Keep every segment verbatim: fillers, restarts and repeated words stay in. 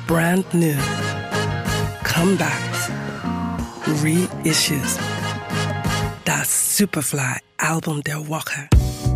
brand new, comebacks, reissues. Das Superfly-Album der Woche.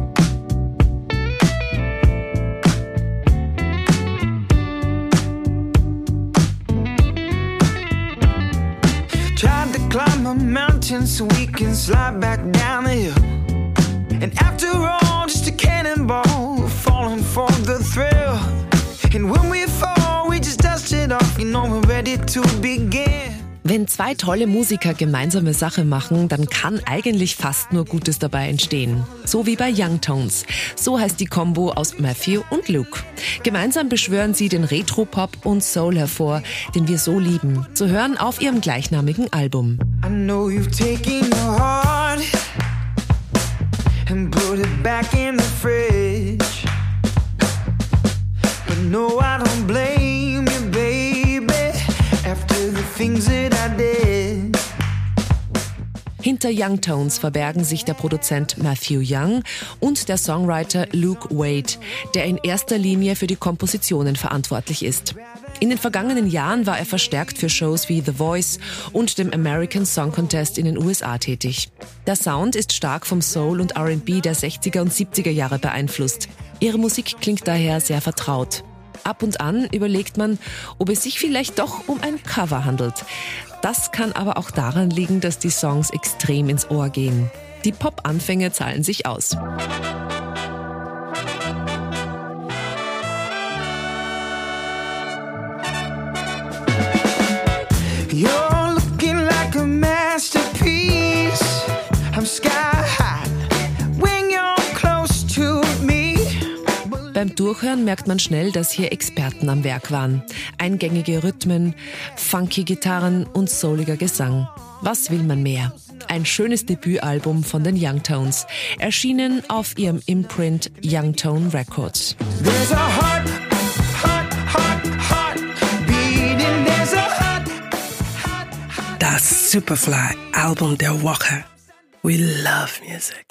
Tried to climb a mountain so we can slide back down the hill. And after all, just a cannonball falling for the thrill. And when we fall, we just dust it off, you know we're ready to begin. Wenn zwei tolle Musiker gemeinsame Sache machen, dann kann eigentlich fast nur Gutes dabei entstehen. So wie bei Young Tones. So heißt die Kombo aus Matthew und Luke. Gemeinsam beschwören sie den Retro-Pop und Soul hervor, den wir so lieben. Zu hören auf ihrem gleichnamigen Album. I know you've taken your heart and put it back in the fridge. But no, I don't blame you, baby, after the things that I did. Hinter Young Tones verbergen sich der Produzent Matthew Young und der Songwriter Luke Wade, der in erster Linie für die Kompositionen verantwortlich ist. In den vergangenen Jahren war er verstärkt für Shows wie The Voice und dem American Song Contest in den U S A tätig. Der Sound ist stark vom Soul und R and B der sechziger und siebziger Jahre beeinflusst. Ihre Musik klingt daher sehr vertraut. Ab und an überlegt man, ob es sich vielleicht doch um ein Cover handelt. Das kann aber auch daran liegen, dass die Songs extrem ins Ohr gehen. Die Pop-Anfänge zahlen sich aus. You're looking like a masterpiece. I'm sky high when you're close to me. Beim Durchhören merkt man schnell, dass hier Experten am Werk waren. Eingängige Rhythmen, funky Gitarren und souliger Gesang. Was will man mehr? Ein schönes Debütalbum von den Young Tones, erschienen auf ihrem Imprint Young Tone Records. There's a heart, heart, heart, heart beating. There's a heart, heart, heart. Das Superfly-Album der Woche. We love music.